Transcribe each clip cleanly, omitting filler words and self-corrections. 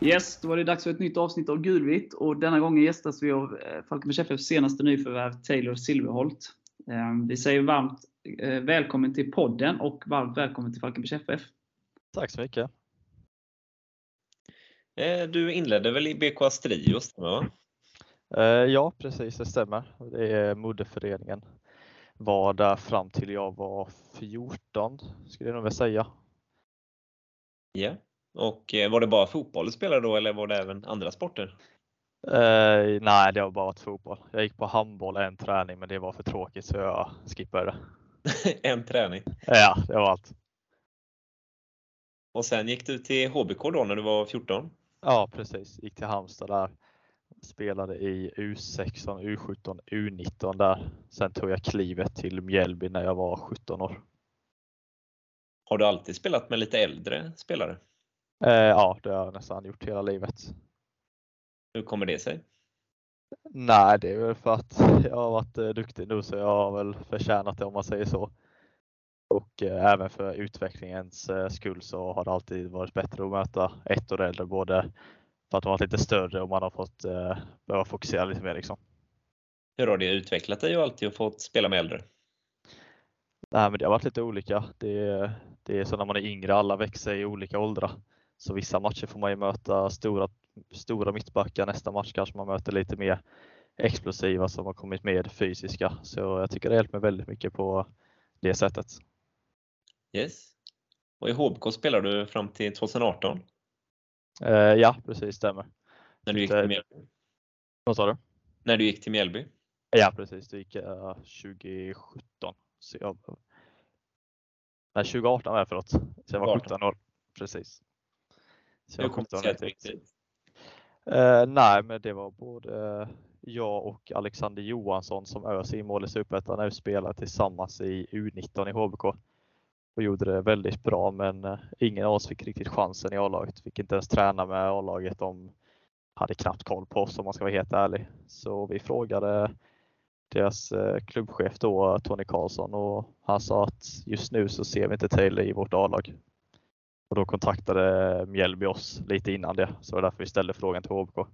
Yes, då var det dags för ett nytt avsnitt av Gulvitt. Och denna gången gästas vi av Falkenbergs FFs senaste nyförvärv, Taylor Silverholt. Vi säger varmt välkommen till podden och varmt välkommen till Falkenbergs FF. Tack så mycket. Du inledde väl i BK Astrios, va? Ja, precis, det stämmer. Det är moderföreningen. Var där fram till jag var 14, skulle jag nog vilja säga. Ja. Och var det bara fotboll du spelade då, eller var det även andra sporter? Nej, det var bara fotboll. Jag gick på handboll en träning, men det var för tråkigt så jag skippade det. En träning? Ja, det var allt. Och sen gick du till HBK då när du var 14? Ja, precis. Gick till Halmstad där. Spelade i U16, U17, U19 där. Sen tog jag klivet till Mjällby när jag var 17 år. Har du alltid spelat med lite äldre spelare? Ja, det har jag nästan gjort hela livet. Hur kommer det sig? Nej, det är väl för att jag har varit duktig nu, så jag har väl förtjänat det, om man säger så. Och även för utvecklingens skull så har det alltid varit bättre att möta ett år äldre, både för att de har varit lite större och man har fått behöva fokusera lite mer liksom. Hur har det utvecklat dig och alltid fått spela med äldre? Nej, men det har varit lite olika. Det är så när man är yngre, alla växer i olika åldrar. Så vissa matcher får man ju möta stora mittbackar, nästa match kanske man möter lite mer explosiva som har kommit med fysiska. Så jag tycker det hjälper mig väldigt mycket på det sättet. Yes. Och i HBK spelar du fram till 2018? Ja, precis, stämmer. När du gick till Mjällby? Vad sa du? När du gick till Mjällby? Ja, precis. Det gick 2017. Så nej, 2018 var jag, förlåt. Så jag var 17 år. Precis. Så Hur kom det sig att du gick dit? Nej, men det var både jag och Alexander Johansson som ÖS i mål i Superettan när vi spelade tillsammans i U19 i HBK. Och gjorde det väldigt bra, men ingen av oss fick riktigt chansen i A-laget. Fick inte ens träna med A-laget. De hade knappt koll på oss, om man ska vara helt ärlig. Så vi frågade deras klubbchef då, Tony Karlsson, och han sa att just nu så ser vi inte Taylor i vårt A-lag. Och då kontaktade Mjällby oss lite innan det, så det var därför vi ställde frågan till HBK.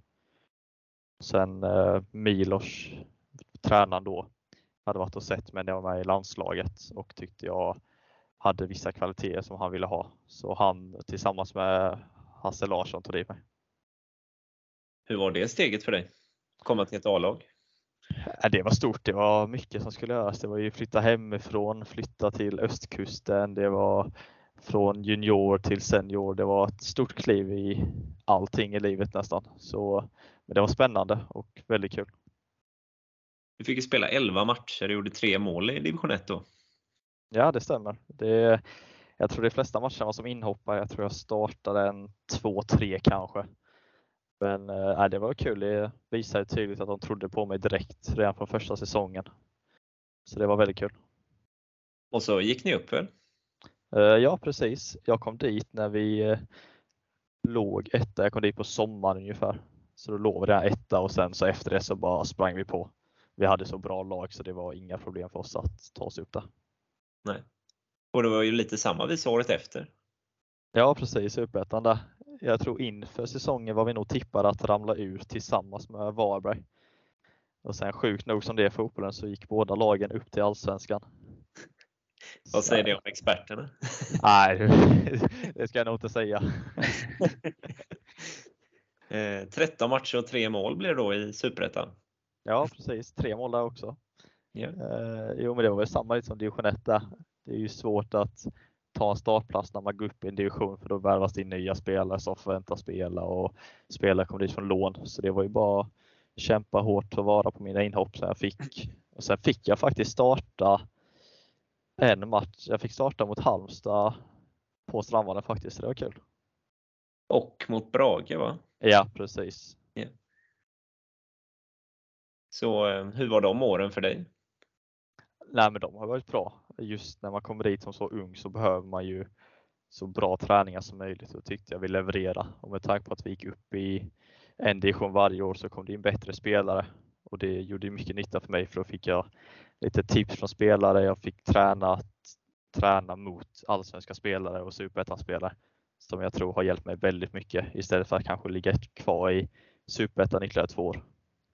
Sen Milos, tränaren då, hade varit och sett mig när jag var med i landslaget och tyckte jag hade vissa kvaliteter som han ville ha. Så han tillsammans med Hasse Larsson tog dit mig. Hur var det steget för dig? Komma till ett A-lag? Det var stort. Det var mycket som skulle göras. Det var ju flytta hemifrån, flytta till östkusten. Det var från junior till senior. Det var ett stort kliv i allting i livet nästan. Men det var spännande och väldigt kul. Du fick ju spela 11 matcher och gjorde 3 mål i division 1 då. Ja, det stämmer. Jag tror de flesta matcherna var som inhoppare. Jag tror jag startade 2-3 kanske. Men det var kul. Det visade tydligt att de trodde på mig direkt redan från första säsongen. Så det var väldigt kul. Och så gick ni upp väl? Ja, precis. Jag kom dit när vi låg etta. Jag kom dit på sommaren ungefär. Så då låg vi där etta och sen så efter det så bara sprang vi på. Vi hade så bra lag så det var inga problem för oss att ta oss upp där. Nej. Och det var ju lite samma vis året efter. Ja, precis. Uppettan där. Jag tror inför säsongen var vi nog tippade att ramla ut tillsammans med Varberg. Och sen sjukt nog som det är fotbollen så gick båda lagen upp till Allsvenskan. Vad säger det om experterna? Nej, det ska jag nog inte säga. 13 matcher och 3 mål blir det då i Superettan. Ja, precis. 3 mål där också. Yeah. Jo, men det var väl samma lite som division 1 där. Det är ju svårt att ta en startplats när man går upp i en division, för då värvas det in nya spelare som förväntas spela och spelare kommer dit från lån. Så det var ju bara kämpa hårt och vara på mina inhopp som jag fick. Och sen fick jag faktiskt starta en match. Jag fick starta mot Halmstad på Strandvallen faktiskt, så det var kul. Och mot Brage, va? Ja, precis. Yeah. Så hur var de åren för dig? Nej, men de har varit bra. Just när man kommer dit som så ung så behöver man ju så bra träningar som möjligt, och tyckte jag vi leverera. Och med tanke på att vi gick upp i en division varje år så kom det in bättre spelare. Och det gjorde mycket nytta för mig, för då fick jag lite tips från spelare. Jag fick träna mot allsvenska spelare och superettan-spelare. som jag tror har hjälpt mig väldigt mycket istället för att kanske ligga kvar i Superettan ytterligare 2 år.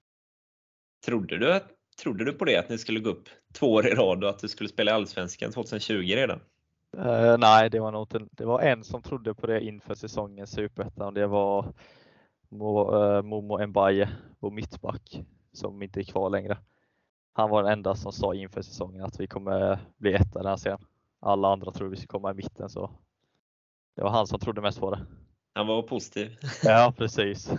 Trodde du på det, att ni skulle gå upp 2 år i rad och att du skulle spela i Allsvenskan 2020 redan? Nej, det var nog inte, det var en som trodde på det inför säsongen Superettan, och det var Momo Mbaye, vår mittback, som inte är kvar längre. Han var den enda som sa inför säsongen att vi kommer bli etta den sen. Alla andra trodde vi skulle komma i mitten, så det var han som trodde mest på det. Han var positiv. Ja, precis.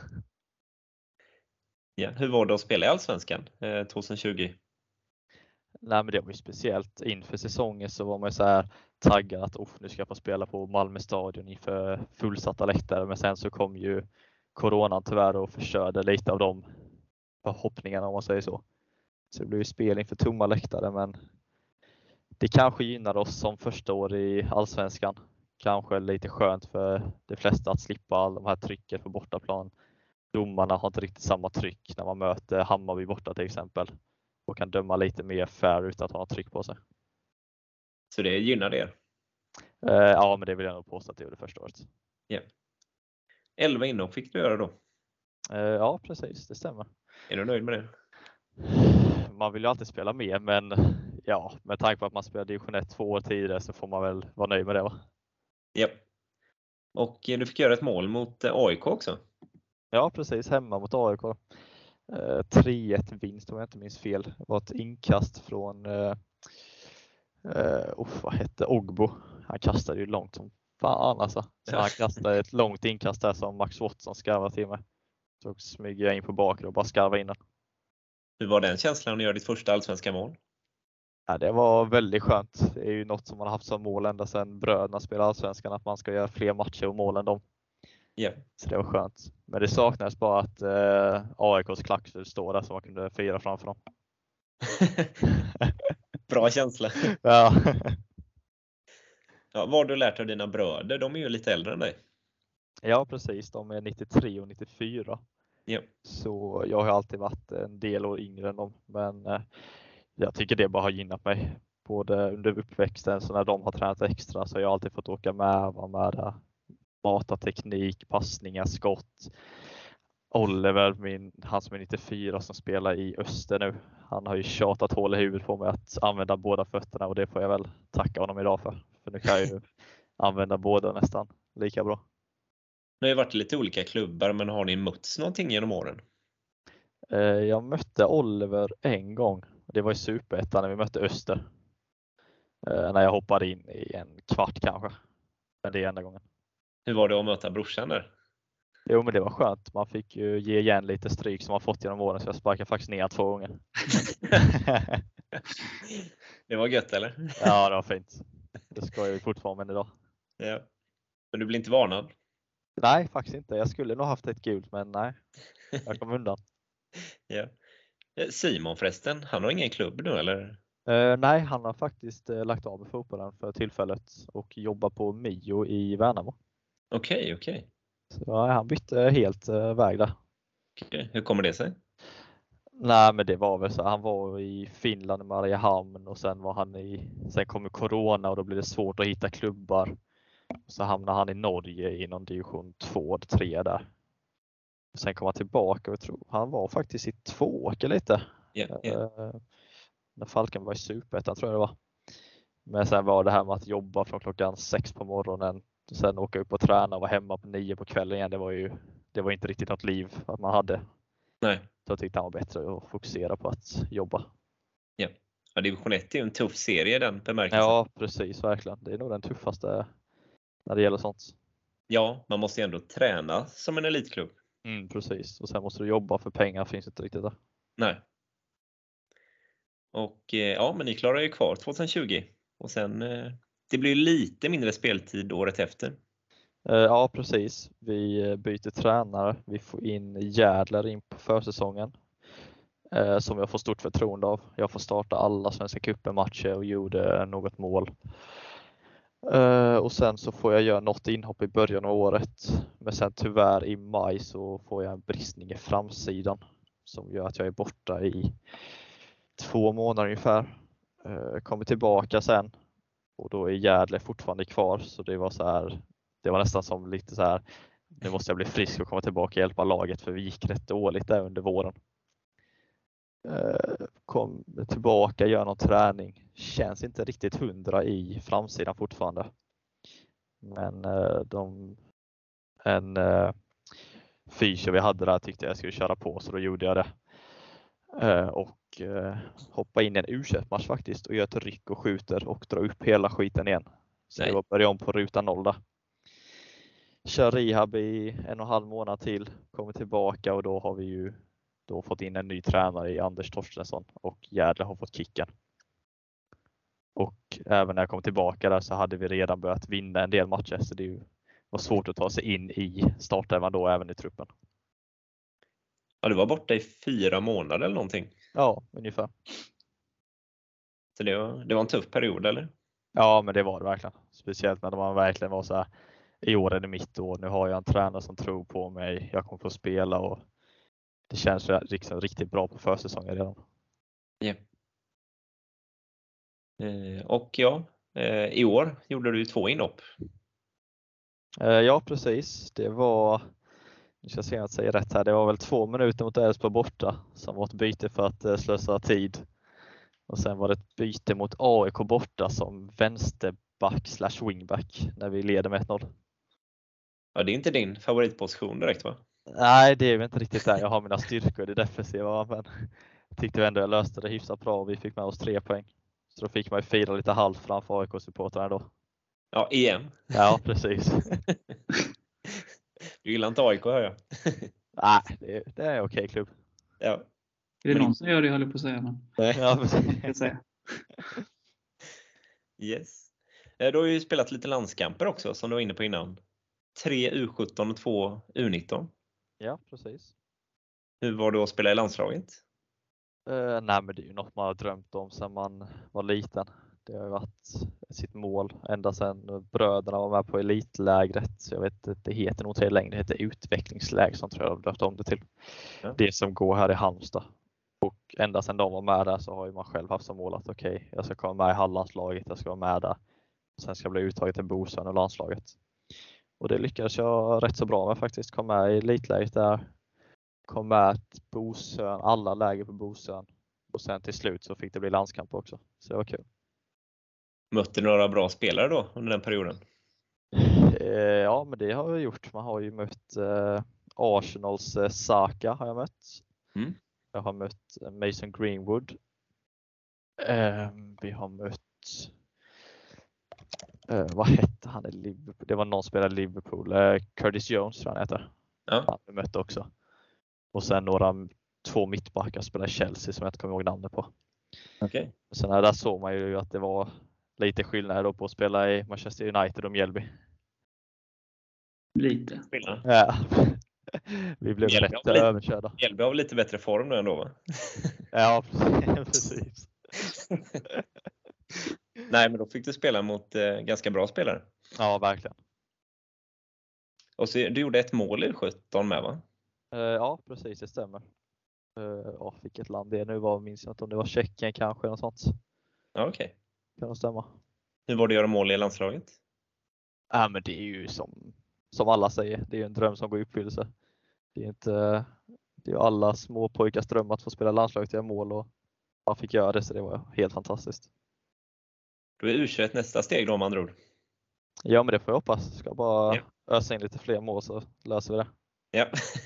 Ja, hur var det att spela i Allsvenskan 2020? Nej, men det var ju speciellt. Inför säsongen så var man ju så här taggad att nu ska jag få spela på Malmö stadion inför fullsatta läktare. Men sen så kom ju coronan tyvärr och förstörde lite av de förhoppningarna, om man säger så. Så det blev ju spel inför tomma läktare, men det kanske gynnar oss som första år i Allsvenskan. Kanske lite skönt för de flesta att slippa all de här trycket på bortaplan. Domarna har inte riktigt samma tryck när man möter Hammarby borta till exempel, och kan döma lite mer fair utan att ha något tryck på sig. Så det gynnar er? Ja, men det vill jag nog påstå att det gjorde första året. Yeah. 11 inhopp fick du göra då? Ja, precis. Det stämmer. Är du nöjd med det? Man vill ju alltid spela mer, men ja, med tanke på att man spelar division 1 2 år tidigare så får man väl vara nöjd med det, va? Ja. Och du fick göra ett mål mot AIK också? Ja, precis. Hemma mot AIK. 3-1 vinst om jag inte minns fel. Det var ett inkast från vad hette Ogbo. Han kastade ju långt som fan alltså. Så han kastade ett långt inkast där som Max Watson skarvade till mig. Så smyger jag in på bakre och bara skarvar in den. Hur var den känslan att göra ditt första allsvenska mål? Ja, det var väldigt skönt. Det är ju något som man har haft som mål ända sedan bröderna spelade allsvenskan, att man ska göra fler matcher och mål än dem. Yeah. Så det var skönt. Men det saknades bara att AIKs klackfil står där så man kunde fira framför dem. Bra känsla. Ja. Ja, vad har du lärt av dina bröder? De är ju lite äldre än dig. Ja, precis. De är 93 och 94. Ja. Så jag har alltid varit en del år yngre än dem. Men jag tycker det bara har gynnat mig. Både under uppväxten, så när de har tränat extra så har jag alltid fått åka med, vara med där. Mata teknik, passningar, skott. Oliver, han som är 94 som spelar i Öster nu. Han har ju tjatat hål i huvudet på mig att använda båda fötterna, och det får jag väl tacka honom idag för. För nu kan jag ju använda båda nästan lika bra. Ni har ju varit i lite olika klubbar, men har ni mötts någonting genom åren? Jag mötte Oliver en gång. Det var i Superettan när vi mötte Öster. När jag hoppade in i en kvart kanske. Men det är enda gången. Hur var det att möta brorsan där? Jo, men det var skönt. Man fick ju ge igen lite stryk som man fått genom åren, så jag sparkade faktiskt ner 2 gånger. Det var gött, eller? Ja, det var fint. Det ska jag ju fortfarande med idag. Ja. Men du blir inte varnad? Nej, faktiskt inte. Jag skulle nog haft ett gult, men nej. Jag kom undan. Ja. Simon förresten, han har ingen klubb nu, eller? Nej, han har faktiskt lagt av med fotbollen för tillfället och jobbar på Mio i Värnamo. Okej. Så ja, han bytte helt väg där. Okej. Hur kommer det sig? Nej, men det var väl så. Han var i Finland, i Mariehamn, och sen sen kom ju corona och då blev det svårt att hitta klubbar. Så hamnade han i Norge i någon division 2 eller 3 där. Sen kom han tillbaka och jag tror han var faktiskt i Tvååker lite. Yeah. När Falken var i Superettan tror jag det var. Men sen var det här med att jobba från klockan 6 på morgonen, sen åka upp och träna och vara hemma på 9 på kvällen igen. Det var inte riktigt något liv att man hade. Nej. Så jag tyckte han var bättre att fokusera på att jobba. Ja, division 1 är ju en tuff serie i den bemärkelsen. Ja, precis, verkligen. Det är nog den tuffaste när det gäller sånt. Ja, man måste ju ändå träna som en elitklubb. Precis, och sen måste du jobba, för pengar finns inte riktigt där. Nej. Och ja, men ni klarar ju kvar 2020. Och sen, det blir lite mindre speltid året efter. Ja, precis. Vi byter tränare. Vi får in Järdler in på försäsongen. Som jag får stort förtroende av. Jag får starta alla Svenska cupen-matcher och gjorde något mål. Och sen så får jag göra något inhopp i början av året. Men sen tyvärr i maj så får jag en bristning i framsidan som gör att jag är borta i 2 månader ungefär. Kommer tillbaka sen och då är Järdler fortfarande kvar, så det var så här, det var nästan som lite så här, nu måste jag bli frisk och komma tillbaka och hjälpa laget, för vi gick rätt dåligt där under våren. Kom tillbaka, gör någon träning. Känns inte riktigt 100 i framsidan fortfarande. Men en fysio vi hade där tyckte jag skulle köra på, så då gjorde jag det. Och hoppa in i en U21-match faktiskt och gör ett ryck och skjuter och dra upp hela skiten igen. Så det var börja om på ruta 0 där. Kör rehab i 1,5 månad till, kommer tillbaka, och då har vi ju då fått in en ny tränare i Anders Torstensson, och Gärdle har fått kicken. Och även när jag kom tillbaka där så hade vi redan börjat vinna en del matcher, så det var svårt att ta sig in i startelvan då, även i truppen. Ja, du var borta i 4 månader eller någonting. Ja, ungefär. Så det var en tuff period, eller? Ja, men det var det verkligen. Speciellt när man verkligen var så här, i år är det mitt år, nu har jag en tränare som tror på mig, jag kommer få spela, och det känns liksom riktigt bra på försäsongen redan. Ja. Och i år gjorde du 2 inhopp. Ja, precis. Det var, nu ska jag se om jag säger rätt här, det var väl 2 minuter mot Elfsborg borta som var ett byte för att slösa tid. Och sen var det ett byte mot AIK borta som vänsterback / wingback när vi leder med 1-0. Ja, det är inte din favoritposition direkt, va? Nej, det är väl inte riktigt där jag har mina styrkor i det defensiva, men jag tyckte ändå jag löste det hyfsat bra och vi fick med oss 3 poäng. Så då fick man ju fira lite halvt framför AIK-supportrarna då. Ja, igen. Ja, precis. Du gillar inte AIK, hör jag. Nej, det är en okej klubb. Ja. Är det någon som gör det, jag håller på att säga. Men... Ja, precis. Jag säga. Yes. Du har ju spelat lite landskamper också, som du var inne på innan. 3 U17 och 2 U19. Ja, precis. Hur var det att spela i landslaget? Nej, men det är ju något man har drömt om sedan man var liten. Det har ju varit sitt mål ända sedan bröderna var med på elitlägret. Jag vet inte, det heter nog inte längre, det heter utvecklingsläger som tror jag har döpt om det till. Ja. Det som går här i Halmstad. Och ända sedan de var med där så har ju man själv haft som mål att okej, jag ska komma med i Hallandslaget, jag ska vara med där. Sen ska jag bli uttaget till Bosön och landslaget. Och det lyckades jag rätt så bra med faktiskt. Kom med i elitläget där. Kom med Bosön, alla läger på Bosön. Och sen till slut så fick det bli landskamp också. Så det var kul. Mötte några bra spelare då under den perioden? Ja, men det har jag gjort. Man har ju mött Arsenals Saka har jag mött. Mm. Jag har mött Mason Greenwood. Vi har mött vad hette han i Liverpool? Det var någon som spelade i Liverpool. Curtis Jones tror jag han heter. Ja. Han har mött också. Och sen 2 mittbackar spelar i Chelsea som jag inte kommer ihåg namnet på. Okej. Sen där såg man ju att det var lite skillnad då på att spela i Manchester United och Mjällby. Lite. Spelare. Ja. Vi blev Mjällby rätt överkörda. Mjällby har lite bättre form nu ändå, va? Ja, precis. Nej, men då fick du spela mot ganska bra spelare. Ja, verkligen. Och så, du gjorde ett mål i 17 med, va? Ja, precis, det stämmer. Vilket land det nu var, minns jag inte om det var Tjeckien kanske, något sånt. Ja, okej. Kan det stämma? Hur var det att göra mål i landslaget? Ja, men det är ju som alla säger, det är en dröm som går i uppfyllelse. Det är ju alla små pojkars dröm att få spela landslaget och göra mål, och man fick göra det, så det var helt fantastiskt. Då är U21 nästa steg då, om andra ord. Ja, men det får jag hoppas. Ska bara ösa in lite fler mål så löser vi det. Ja.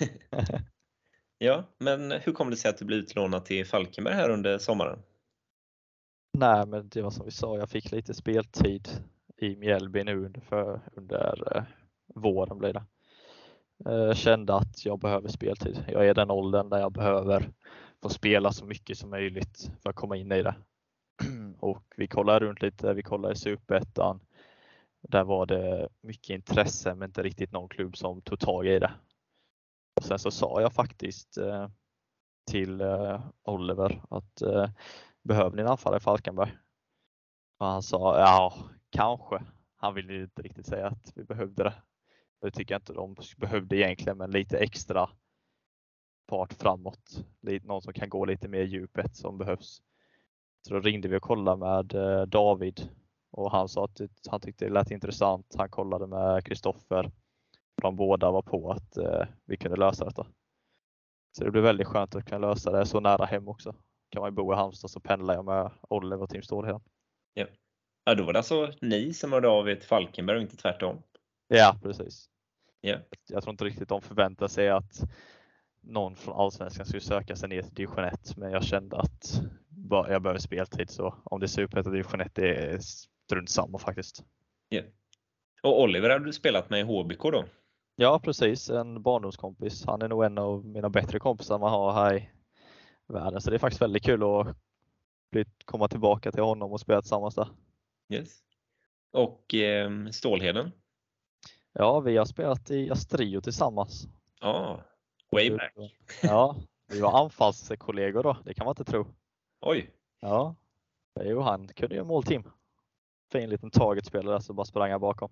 Ja, men hur kom det sig att du blev utlånad till Falkenberg här under sommaren? Nej, men det var som vi sa, jag fick lite speltid i Mjällby nu under våren blir det. Kände att jag behöver speltid. Jag är den åldern där jag behöver få spela så mycket som möjligt för att komma in i det. Och vi kollar runt lite, vi kollar i Superettan. Där var det mycket intresse men inte riktigt någon klubb som tog tag i det. Och sen så sa jag faktiskt till Oliver att behöver ni en anfallare i Falkenberg? Och han sa ja, kanske. Han ville inte riktigt säga att vi behövde det. Det tycker jag inte de behövde egentligen, men lite extra part framåt. Någon som kan gå lite mer djupet som behövs. Så då ringde vi och kollade med David Och han sa att han tyckte det lät intressant. Han kollade med Kristoffer. De båda var på att vi kunde lösa detta. Så det blev väldigt skönt att kunna lösa det så nära hem också. Kan man ju bo i Halmstad så pendlar jag med Oliver och Tim Ståhlheden. Ja. Ja, då var det alltså ni som hörde av er till Falkenberg och inte tvärtom. Ja, precis. Ja. Jag tror inte riktigt de förväntar sig att någon från Allsvenskan skulle söka sig ner till division 1. Men jag kände att jag behöver speltid, så om det är Superettan och division 1, det är strunt samma faktiskt. Ja. Och Oliver har du spelat med i HBK då? Ja, precis. En barndomskompis. Han är nog en av mina bättre kompisar man har här i världen. Så det är faktiskt väldigt kul att komma tillbaka till honom och spela tillsammans där. Yes. Och Ståhlheden? Ja, vi har spelat i Astrio tillsammans. Ja, way back. Ja, vi var anfallskollegor då. Det kan man inte tro. Oj. Ja, jo, han kunde ju målteam. Fin liten targetspelare så bara sprang jag bakom.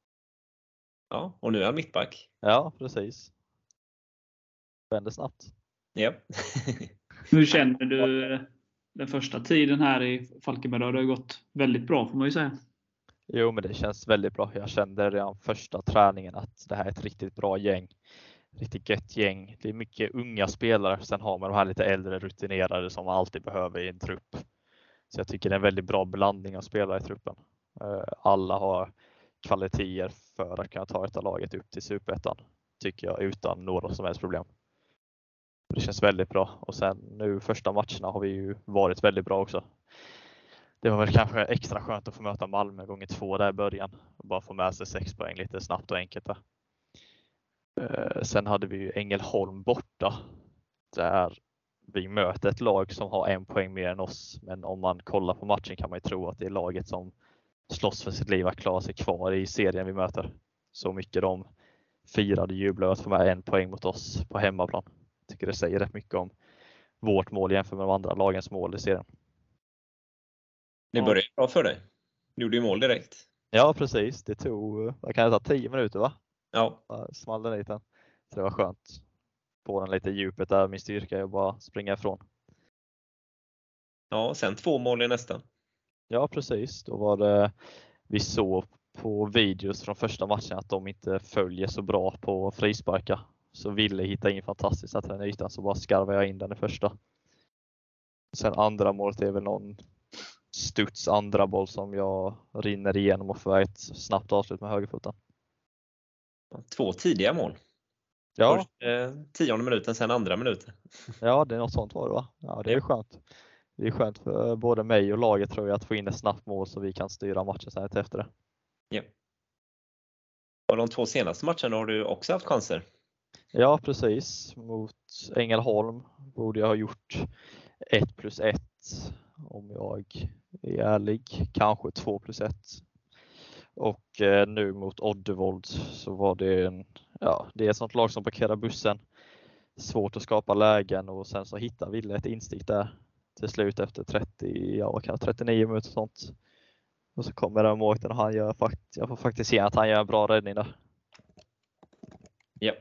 Ja, och nu är han mittback. Ja, precis. Vände snabbt. Ja. Hur känner du den första tiden här i Falkenberg? Det har gått väldigt bra får man ju säga. Jo, men det känns väldigt bra. Jag kände redan första träningen att det här är ett riktigt bra gäng. Riktigt gött gäng. Det är mycket unga spelare. Sen har man de här lite äldre rutinerade som man alltid behöver i en trupp. Så jag tycker det är en väldigt bra blandning av spelare i truppen. Alla har kvaliteter för att kunna ta detta laget upp till Superettan. Tycker jag, utan några som helst problem. Det känns väldigt bra. Och sen nu första matcherna har vi ju varit väldigt bra också. Det var väl kanske extra skönt att få möta Malmö gånger 2 där i början. Och bara få med sig 6 poäng lite snabbt och enkelt där. Sen hade vi ju Ängelholm borta. Där vi möter ett lag som har 1 poäng mer än oss. Men om man kollar på matchen kan man ju tro att det är laget som slåss för sitt liv att klara sig kvar i serien vi möter. Så mycket de firade jublade att få med 1 poäng mot oss på hemmaplan. Jag tycker det säger rätt mycket om vårt mål jämfört med de andra lagens mål i serien. Det började bra för dig. Du gjorde ju mål direkt. Ja, precis. Det tog, vad kan det ta, 10 minuter va? Ja. Small den lite. Så det var skönt. Få den lite djupet där, min styrka är att bara springa ifrån. Ja, sen 2 mål i nästa. Ja, precis. Då var det, vi såg på videos från första matchen att de inte följer så bra på frisparkar. Så ville hitta in fantastiskt att den ytan, så bara skarvade jag in den i första. Sen andra målet är väl någon studs andra boll som jag rinner igenom och får ett snabbt avslut med högerfoten. 2 tidiga mål. Ja. Först 10:e minuten, sen 2:a minuten. Ja, det är något sånt var det va? Ja, det är skönt. Det är skönt för både mig och laget tror jag att få in ett snabbt mål så vi kan styra matchen sen efter det. Ja. Och de 2 senaste matcherna har du också haft chanser. Ja, precis. Mot Ängelholm borde jag ha gjort 1+1 om jag är ärlig. Kanske 2+1. Och nu mot Oddevold så var det det är ett sånt lag som parkerar bussen. Svårt att skapa lägen och sen så hittar Ville ett instick där till slut efter 39 minuter och sånt. Och så kommer den målvakten och jag får faktiskt se att han gör en bra räddning där. Ja.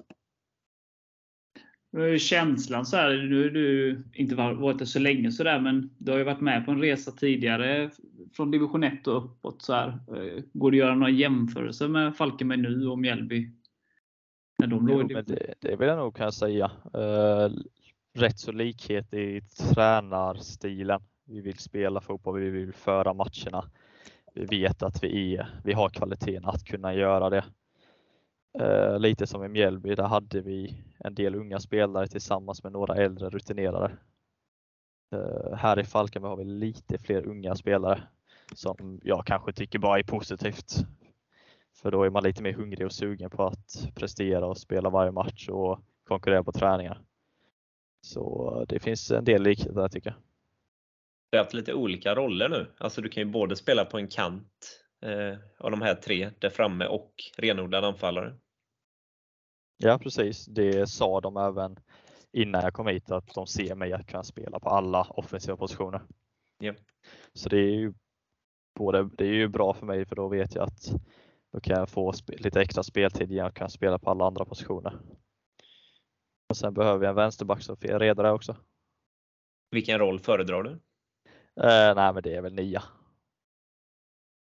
Känslan så här, nu har du inte varit där så länge så där, men du har ju varit med på en resa tidigare från division 1 och uppåt så här. Går det att göra några jämförelser med Falkenberg nu och Mjällby? Men det vill jag nog kunna säga. Rätt så likhet i tränarstilen. Vi vill spela fotboll, vi vill föra matcherna. Vi vet att vi har kvaliteten att kunna göra det. Lite som i Mjällby, där hade vi en del unga spelare tillsammans med några äldre rutinerade. Här i Falkenberg har vi lite fler unga spelare som jag kanske tycker bara är positivt. För då är man lite mer hungrig och sugen på att prestera och spela varje match och konkurrera på träningar. Så det finns en del likheter där tycker jag. Du har haft lite olika roller nu. Alltså du kan ju både spela på en kant av de här 3 där framme och renodlad anfallare. Ja, precis. Det sa de även innan jag kom hit att de ser mig att kunna spela på alla offensiva positioner. Ja. Så det är ju bra för mig för då vet jag att då kan jag få lite extra speltid genom att kunna spela på alla andra positioner. Och sen behöver jag en vänsterback så får jag reda det också. Vilken roll föredrar du? Nej, men det är väl 9.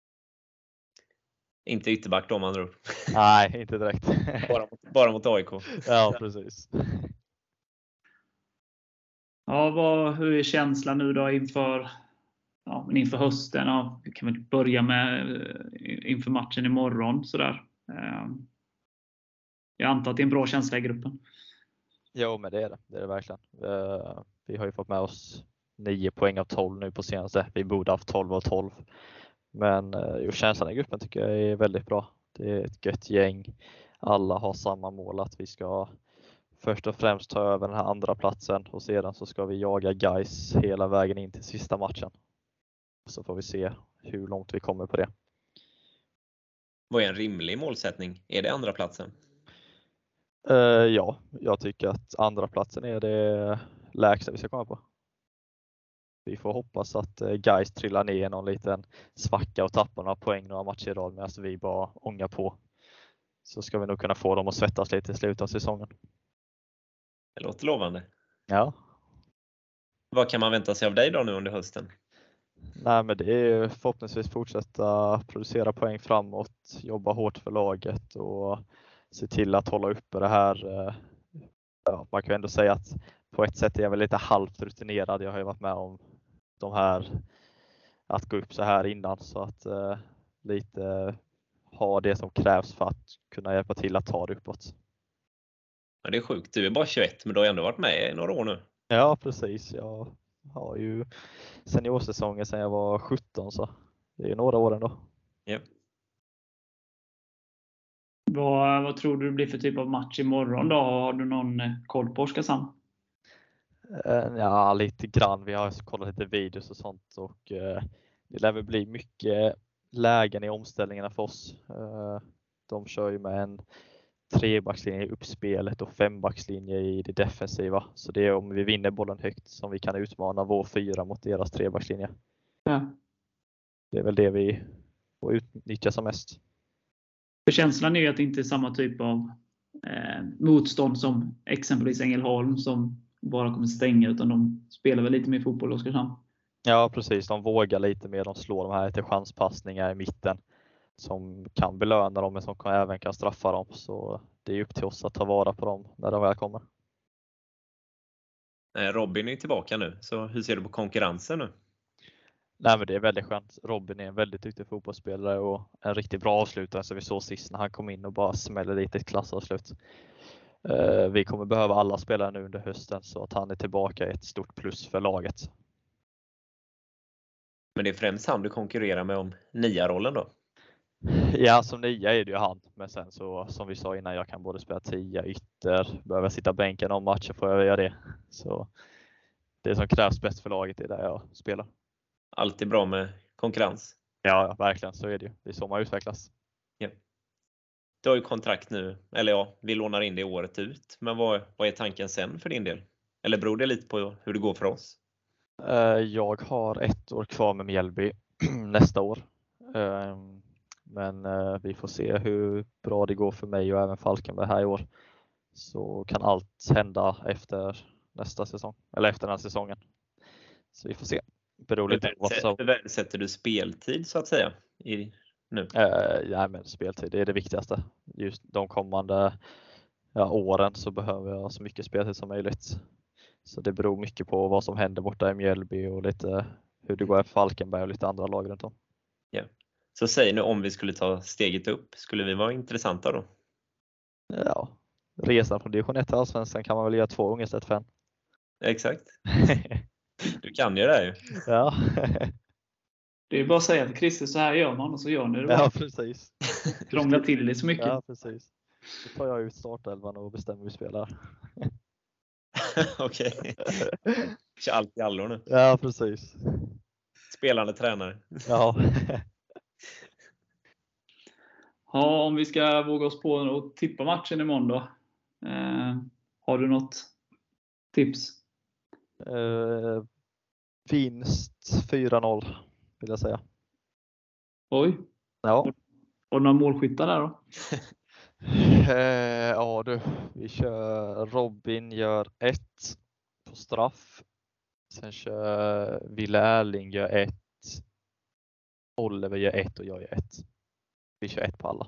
Inte ytterback då, man tror. Nej, inte direkt. Bara mot AIK. Ja, precis. Ja, hur är känslan nu då inför hösten? Ja, vi kan väl börja med inför matchen imorgon. Sådär. Jag antar att det är en bra känsla i gruppen. Jo, men det är det verkligen. Vi har ju fått med oss 9 poäng av 12 nu på senaste. Vi borde haft 12 av 12. Men känslan i gruppen tycker jag är väldigt bra. Det är ett gött gäng. Alla har samma mål, att vi ska först och främst ta över den här andra platsen och sedan så ska vi jaga Gais hela vägen in till sista matchen. Så får vi se hur långt vi kommer på det. Vad är en rimlig målsättning? Är det andra platsen? Ja, jag tycker att andra platsen är det lägsta vi ska komma på. Vi får hoppas att Gais trillar ner någon liten svacka och tappar några poäng några matcher i rad medan vi bara ångar på. Så ska vi nog kunna få dem att svettas lite i slutet av säsongen. Det låter lovande. Ja. Vad kan man vänta sig av dig då nu under hösten? Nej, men det är förhoppningsvis fortsätta producera poäng framåt, jobba hårt för laget och se till att hålla uppe det här. Ja, man kan ändå säga att på ett sätt är jag väl lite halvt rutinerad. Jag har ju varit med om de här, att gå upp så här innan, så att lite ha det som krävs för att kunna hjälpa till att ta det uppåt. Ja, det är sjukt. Du är bara 21, men du har ändå varit med i några år nu. Ja, precis. Jag har ju seniorsäsongen sedan jag var 17, så det är några år ändå. Ja. Vad tror du det blir för typ av match imorgon då? Har du någon koll på Oskarshamn? Ja, lite grann. Vi har kollat lite videos och sånt och det lär väl bli mycket lägen i omställningarna för oss. De kör ju med en 3-backslinje i uppspelet och 5-backslinje i det defensiva. Så det är om vi vinner bollen högt som vi kan utmana vår 4 mot deras 3-backslinje. Ja. Det är väl det vi får utnyttja som mest. För känslan är ju att det inte är samma typ av motstånd som exempelvis Ängelholm som bara kommer stänga, utan de spelar väl lite mer fotboll i Oskarshamn. Ja, precis. De vågar lite mer. De slår de här till chanspassningar i mitten som kan belöna dem men som även kan straffa dem. Så det är upp till oss att ta vara på dem när de väl kommer. Robin är tillbaka nu, så hur ser du på konkurrensen nu? Nej, men det är väldigt skönt. Robin är en väldigt duktig fotbollsspelare och en riktigt bra avslutare, som vi såg sist när han kom in och bara smällde dit ett klassavslut. Vi kommer behöva alla spelare nu under hösten, så att han är tillbaka är ett stort plus för laget. Men det är främst han du konkurrerar med om 9-rollen då? Ja, som 9 är det ju han. Men sen så, som vi sa innan, jag kan både spela 10 ytter. Behöver jag sitta bänken om matchen får jag göra det. Så det som krävs bäst för laget är där jag spelar. Alltid bra med konkurrens. Ja, verkligen. Så är det ju. Det är så man utvecklas. Ja. Du har ju kontrakt nu. Eller ja, vi lånar in det året ut. Men vad är tanken sen för din del? Eller beror det lite på hur det går för oss? Jag har 1 år kvar med Mjällby nästa år. Men vi får se hur bra det går för mig och även Falkenberg här i år. Så kan allt hända efter nästa säsong. Eller efter den här säsongen. Så vi får se. Beror lite på vad som... Sätter du speltid så att säga nu? Ja, men speltid, det är det viktigaste. Just de kommande åren så behöver jag så mycket speltid som möjligt. Så det beror mycket på vad som händer borta i Mjällby och lite hur det går för Falkenberg och lite andra lag runt om. Ja. Så säg nu, om vi skulle ta steget upp, skulle vi vara intressanta då? Ja, resan från division 1 till Allsvenskan kan man väl göra 2 gånger istället för en. Exakt. Du kan ju det ju. Ja. Det är bara att säga till Christer, så här gör man, och så gör ni det bara. Ja, precis. Krångla till det så mycket. Ja, precis. Då tar jag ut startelvan och bestämmer hur vi spelar. Okej. Kör allt i allo nu. Ja, precis. Spelande tränare. Ja. Ja, om vi ska våga oss på och tippa matchen imorgon då. Har du något tips? Vinst 4-0 vill jag säga. Oj. Ja. Och några målskyttar där då? Ja du, vi kör Robin gör 1 på straff. Sen kör Wille Erling gör 1. Oliver gör 1 och jag gör 1. vi kör ett på alla.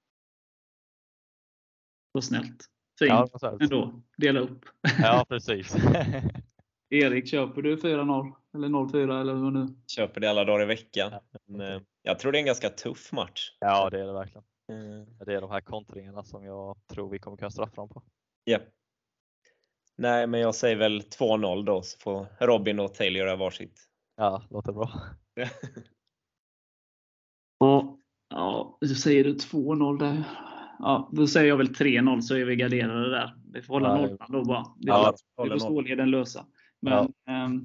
Så snällt. Fint. Ja, snällt. Ändå. Dela upp. Ja, precis. Erik, köper du 4-0? Eller 0-4 eller vad nu? Köper det alla dagar i veckan. Ja, Men, jag tror det är en ganska tuff match. Ja, det är det verkligen. Mm. Det är de här kontringarna som jag tror vi kommer kunna straffa dem på. Ja. Nej, men jag säger väl 2-0 då, så får Robin och Taylor göra varsitt. Ja, låter bra. Ja, så säger du 2-0 där. Ja, då säger jag väl 3-0 så är vi garderade där. Vi får hålla nollan då bara. Ja, vi får ståleden lösa. Men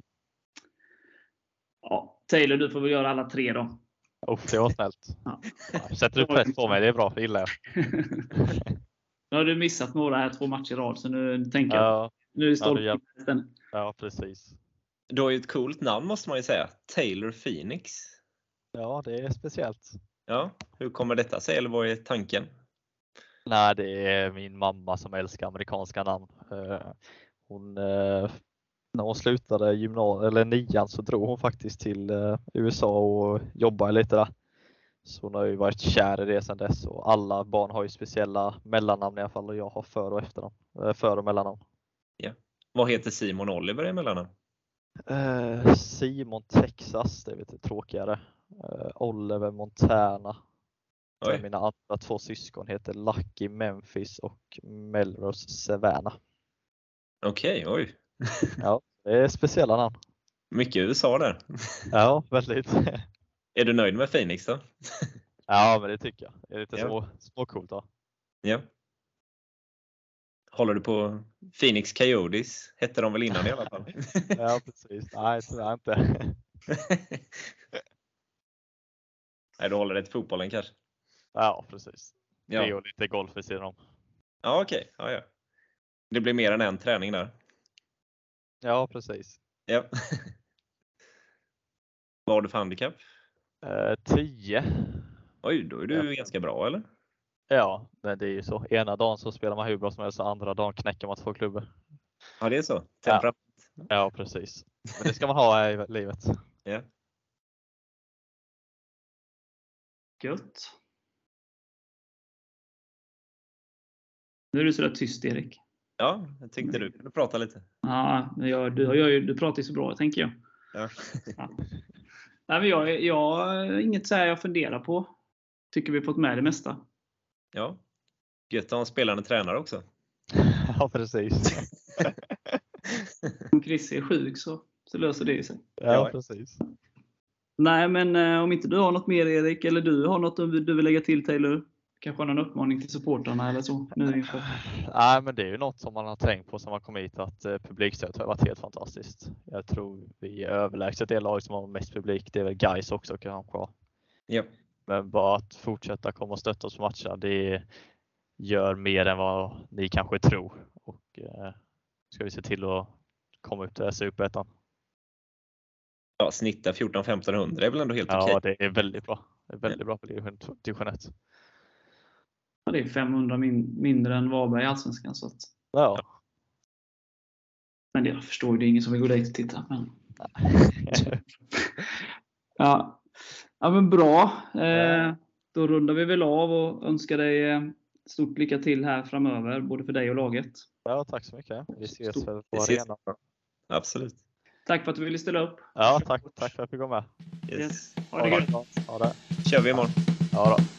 Taylor, du får väl göra alla 3 då. Det var snällt. Ja. Sätter du press på mig, det är bra. Det gillar jag. Nu har du missat några här 2 matcher i rad, så nu tänker jag. Nu är det stolpen. Ja, precis. Du har ju ett coolt namn måste man ju säga. Taylor Phoenix. Ja, det är speciellt. Ja, hur kommer detta sig, eller vad är tanken? Nej, det är min mamma som älskar amerikanska namn. Hon, när hon slutade nian så drog hon faktiskt till USA och jobbade lite där. Så hon har ju varit kär i det sedan dess, och alla barn har ju speciella mellannamn i alla fall, och jag har för- och efternamn. För- och mellannamn. Ja. Vad heter Simon Oliver i mellannamn? Simon Texas, det är lite tråkigare. Oliver Montana. Mina andra 2 syskon heter Lucky Memphis och Melrose Savannah. Okej, oj. Ja, det är speciella namn. Mycket USA där. Ja, väldigt. Är du nöjd med Phoenix då? Ja, men det tycker jag. Det är lite småcoolt då. Ja. Håller du på Phoenix Coyotes? Hette de väl innan i alla fall? Ja, precis. Nej, tyvärr inte. Nej, du håller det till fotbollen kanske? Ja, precis. Ja. Det är lite golf vid sidan om. Ja, okej. Ja. Det blir mer än en träning där. Ja, precis. Ja. Vad har du för handikapp? 10. Oj, då är du ganska bra, eller? Ja, men det är ju så. Ena dagen så spelar man hur bra som helst, och andra dagen knäcker man 2 klubbor. Ja, det är så. Ja, precis. Men det ska man ha i livet. Ja. Gött. Nu är du sådär tyst, Erik. Ja, jag tänkte du kunde prata lite. Ja, du pratar ju så bra, tänker jag. Ja. Nej, men jag har inget så här jag funderar på. Tycker vi fått med det mesta. Ja. Gött att ha en spelande tränare också. Ja, precis. Om Chris är sjuk så löser det sig. Ja, precis. Nej, men om inte du har något mer, Erik, eller du har något du vill lägga till, Taylor? Kanske någon uppmaning till supportrarna eller så? Nu inför. Nej, men det är ju något som man har tänkt på som man kom hit, att publikstödet har varit helt fantastiskt. Jag tror vi är överlägset det lag som har mest publik. Det är väl Guys också kanske. Ja. Men bara att fortsätta komma och stötta oss på matcherna, det gör mer än vad ni kanske tror. Och ska vi se till att komma upp till Superettan. Ja, snitta 14-1500 är väl ändå helt okej. Ja, det är väldigt bra. Det är väldigt bra på division 1. Ja, det är 500 mindre än Varberg i Allsvenskan. Så att. Ja. Men jag förstår ju, det är ingen som vill gå dit och titta. Men. Ja, men bra. Då rundar vi väl av och önskar dig stort lycka till här framöver, både för dig och laget. Ja, tack så mycket. Vi ses väl på arenan. Absolut. Tack för att du ville ställa upp. Ja, tack för att jag fick gå med. Yes. Ha det gött. Ha det. Kör vi imorgon. Ja då.